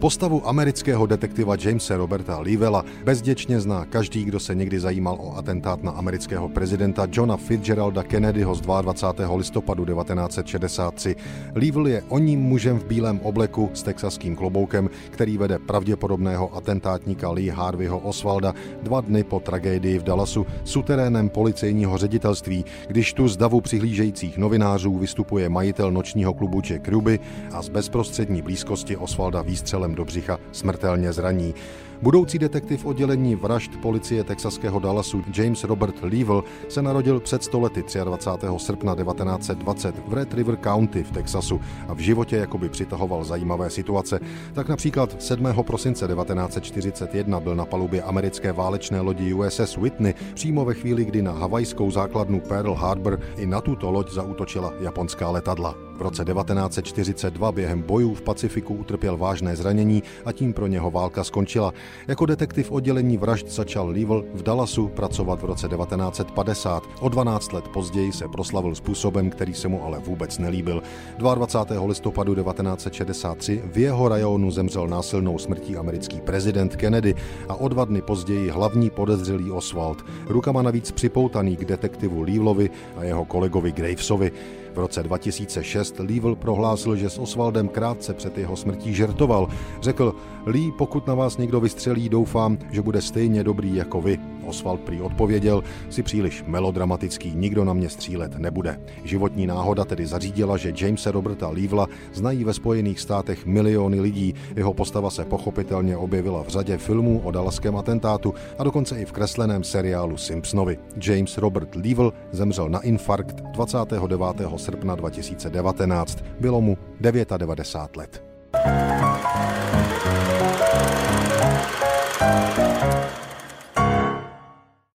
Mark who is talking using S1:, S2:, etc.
S1: Postavu amerického detektiva Jamese Roberta Leavella bezděčně zná každý, kdo se někdy zajímal o atentát na amerického prezidenta Johna Fitzgeralda Kennedyho z 22. listopadu 1963. Leavell je oním mužem v bílém obleku s texaským kloboukem, který vede pravděpodobného atentátníka Lee Harveyho Oswalda 2 dny po tragédii v Dallasu suterénem policejního ředitelství, když tu z davu přihlížejících novinářů vystupuje majitel nočního klubu Jack Ruby a z bezprostřední blízkosti Oswalda výstřelem do břicha smrtelně zraní. Budoucí detektiv oddělení vražd policie texaského Dallasu James Robert Leavell se narodil před 100 lety 23. srpna 1920 v Red River County v Texasu a v životě jakoby přitahoval zajímavé situace. Tak například 7. prosince 1941 byl na palubě americké válečné lodi USS Whitney přímo ve chvíli, kdy na havajskou základnu Pearl Harbor i na tuto loď zaútočila japonská letadla. V roce 1942 během bojů v Pacifiku utrpěl vážné zranění a tím pro něho válka skončila. Jako detektiv oddělení vražd začal Leavell v Dallasu pracovat v roce 1950. O 12 let později se proslavil způsobem, který se mu ale vůbec nelíbil. 22. listopadu 1963 v jeho rajonu zemřel násilnou smrtí americký prezident Kennedy a o 2 dny později hlavní podezřelý Oswald, rukama navíc připoutaný k detektivu Leavellovi a jeho kolegovi Gravesovi. V roce 2006 Leavell prohlásil, že s Oswaldem krátce před jeho smrtí žertoval. Řekl: Lee, pokud na vás někdo vystřelí, doufám, že bude stejně dobrý jako vy. Oswald prý odpověděl: jsi příliš melodramatický, nikdo na mě střílet nebude. Životní náhoda tedy zařídila, že Jamese Roberta Leavella znají ve Spojených státech miliony lidí. Jeho postava se pochopitelně objevila v řadě filmů o dallaském atentátu a dokonce i v kresleném seriálu Simpsonovi. James Robert Leavell zemřel na infarkt 29. srpna 2019. Bylo mu 99 let.